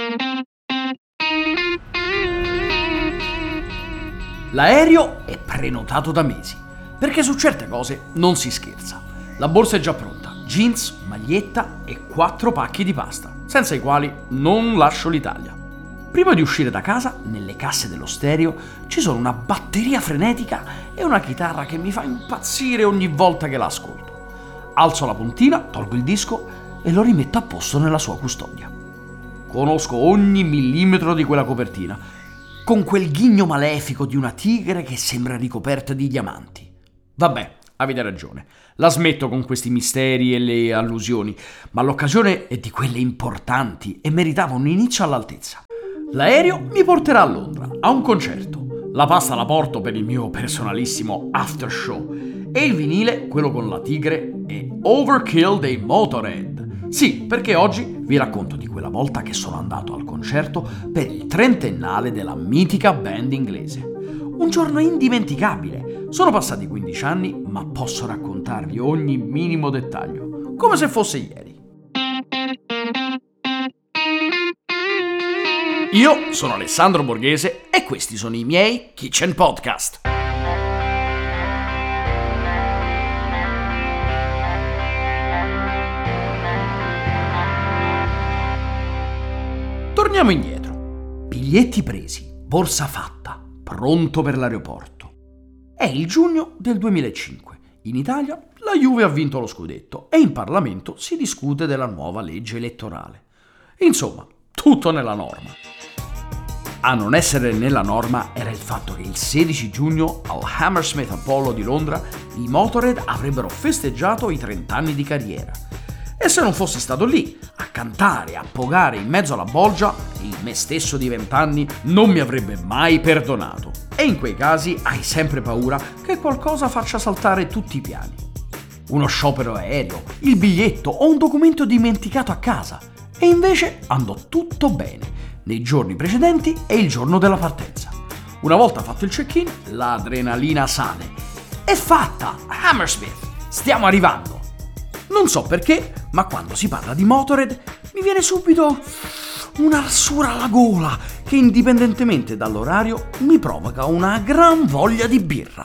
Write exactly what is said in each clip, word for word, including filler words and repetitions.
L'aereo è prenotato da mesi, perché su certe cose non si scherza. La borsa è già pronta, jeans, maglietta e quattro pacchi di pasta, senza i quali non lascio l'Italia. Prima di uscire da casa, nelle casse dello stereo, ci sono una batteria frenetica e una chitarra che mi fa impazzire ogni volta che la ascolto. Alzo la puntina, tolgo il disco e lo rimetto a posto nella sua custodia. Conosco ogni millimetro di quella copertina, con quel ghigno malefico di una tigre che sembra ricoperta di diamanti. Vabbè, avete ragione, la smetto con questi misteri e le allusioni, ma l'occasione è di quelle importanti e meritava un inizio all'altezza. L'aereo mi porterà a Londra, a un concerto. La pasta la porto per il mio personalissimo after show. E il vinile, quello con la tigre, è Overkill dei Motörhead. Sì, perché oggi vi racconto di quella volta che sono andato al concerto per il trentennale della mitica band inglese. Un giorno indimenticabile. Sono passati quindici anni, ma posso raccontarvi ogni minimo dettaglio, come se fosse ieri. Io sono Alessandro Borghese e questi sono i miei Kitchen Podcast. Torniamo indietro. Biglietti presi, borsa fatta, pronto per l'aeroporto. È il giugno del duemilacinque. In Italia la Juve ha vinto lo scudetto e in Parlamento si discute della nuova legge elettorale. Insomma, tutto nella norma. A non essere nella norma era il fatto che il sedici giugno al Hammersmith Apollo di Londra i Motörhead avrebbero festeggiato i trenta anni di carriera. E se non fossi stato lì a cantare, a pogare in mezzo alla bolgia, il me stesso di vent'anni non mi avrebbe mai perdonato. E in quei casi hai sempre paura che qualcosa faccia saltare tutti i piani. Uno sciopero aereo, il biglietto o un documento dimenticato a casa. E invece andò tutto bene nei giorni precedenti e il giorno della partenza. Una volta fatto il check-in, l'adrenalina sale. È fatta! Hammersmith! Stiamo arrivando! Non so perché, ma quando si parla di Motörhead mi viene subito un'arsura alla gola che indipendentemente dall'orario mi provoca una gran voglia di birra.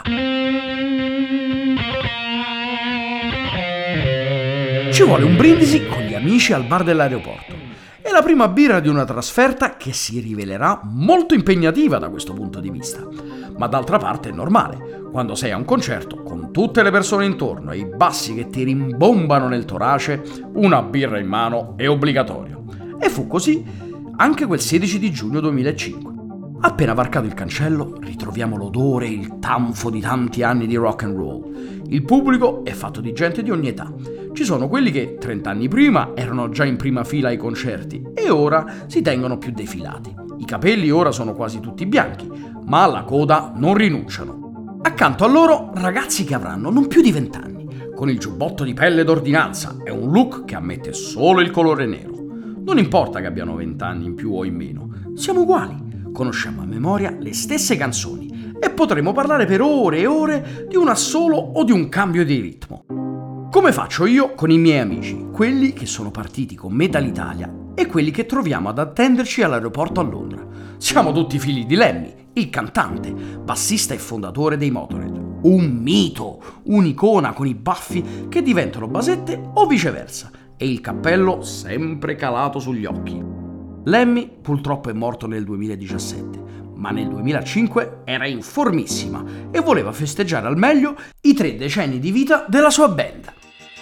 Ci vuole un brindisi con gli amici al bar dell'aeroporto. È la prima birra di una trasferta che si rivelerà molto impegnativa da questo punto di vista. Ma d'altra parte è normale, quando sei a un concerto con tutte le persone intorno e i bassi che ti rimbombano nel torace, una birra in mano è obbligatorio. E fu così anche quel sedici di giugno duemilacinque. Appena varcato il cancello, ritroviamo l'odore e il tanfo di tanti anni di rock and roll. Il pubblico è fatto di gente di ogni età. Ci sono quelli che trent'anni prima erano già in prima fila ai concerti e ora si tengono più defilati. I capelli ora sono quasi tutti bianchi, ma alla coda non rinunciano. Accanto a loro ragazzi che avranno non più di vent'anni, con il giubbotto di pelle d'ordinanza e un look che ammette solo il colore nero. Non importa che abbiano vent'anni in più o in meno, siamo uguali. Conosciamo a memoria le stesse canzoni e potremo parlare per ore e ore di un assolo o di un cambio di ritmo. Come faccio io con i miei amici, quelli che sono partiti con me dall'Italia e quelli che troviamo ad attenderci all'aeroporto a Londra. Siamo tutti figli di Lemmy, il cantante, bassista e fondatore dei Motörhead. Un mito, un'icona con i baffi che diventano basette o viceversa e il cappello sempre calato sugli occhi. Lemmy purtroppo è morto nel duemiladiciassette, ma nel duemilacinque era in formissima e voleva festeggiare al meglio i tre decenni di vita della sua band.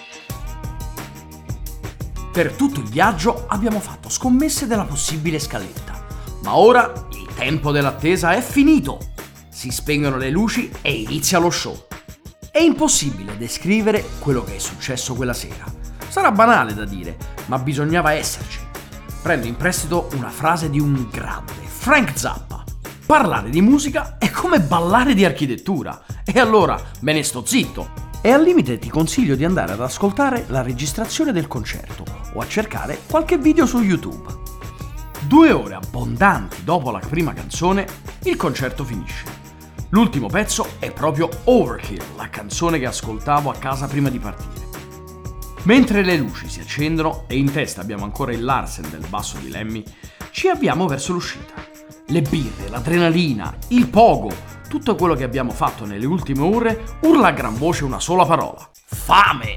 Per tutto il viaggio abbiamo fatto scommesse della possibile scaletta, ma ora il tempo dell'attesa è finito. Si spengono le luci e inizia lo show. È impossibile descrivere quello che è successo quella sera. Sarà banale da dire, ma bisognava esserci. Prendo in prestito una frase di un grande, Frank Zappa. Parlare di musica è come ballare di architettura. E allora me ne sto zitto. E al limite ti consiglio di andare ad ascoltare la registrazione del concerto o a cercare qualche video su YouTube. Due ore abbondanti dopo la prima canzone, il concerto finisce. L'ultimo pezzo è proprio Overkill, la canzone che ascoltavo a casa prima di partire. Mentre le luci si accendono e in testa abbiamo ancora il Larsen del basso di Lemmy, ci avviamo verso l'uscita. Le birre, l'adrenalina, il pogo, tutto quello che abbiamo fatto nelle ultime ore urla a gran voce una sola parola: fame!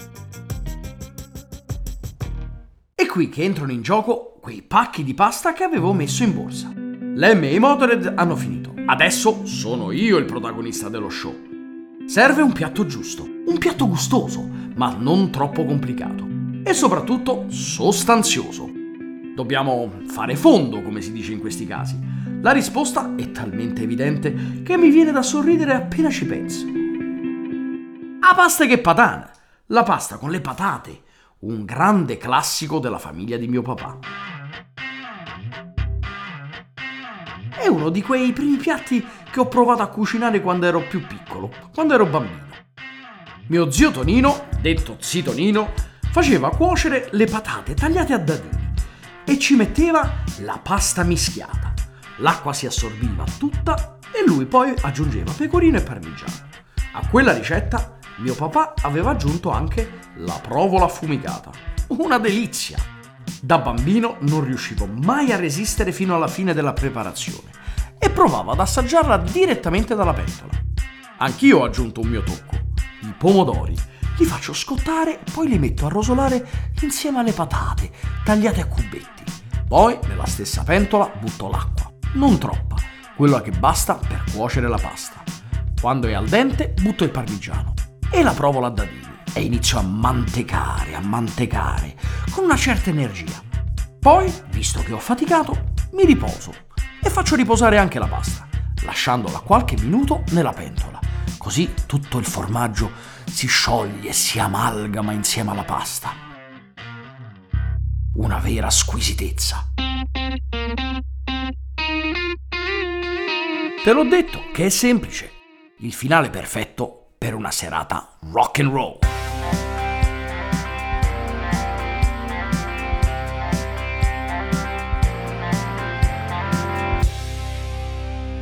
È qui che entrano in gioco quei pacchi di pasta che avevo messo in borsa. Lemmy e i Motörhead hanno finito. Adesso sono io il protagonista dello show. Serve un piatto giusto, un piatto gustoso, ma non troppo complicato. E soprattutto sostanzioso. Dobbiamo fare fondo, come si dice in questi casi. La risposta è talmente evidente che mi viene da sorridere appena ci penso. A pasta che patana! La pasta con le patate, un grande classico della famiglia di mio papà. È uno di quei primi piatti che ho provato a cucinare quando ero più piccolo, quando ero bambino. Mio zio Tonino, detto Zitonino, faceva cuocere le patate tagliate a dadini e ci metteva la pasta mischiata. L'acqua si assorbiva tutta e lui poi aggiungeva pecorino e parmigiano. A quella ricetta mio papà aveva aggiunto anche la provola affumicata. Una delizia! Da bambino non riuscivo mai a resistere fino alla fine della preparazione e provavo ad assaggiarla direttamente dalla pentola. Anch'io ho aggiunto un mio tocco. I pomodori li faccio scottare, poi li metto a rosolare insieme alle patate tagliate a cubetti. Poi nella stessa pentola butto l'acqua, non troppa, quella che basta per cuocere la pasta. Quando è al dente butto il parmigiano e la provola a dadini e inizio a mantecare, a mantecare con una certa energia. Poi, visto che ho faticato, mi riposo e faccio riposare anche la pasta, lasciandola qualche minuto nella pentola. Così tutto il formaggio si scioglie e si amalgama insieme alla pasta. Una vera squisitezza. Te l'ho detto che è semplice. Il finale perfetto per una serata rock and roll.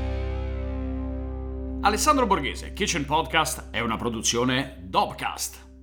Alessandro Borghese, Kitchen Podcast è una produzione Dobcast.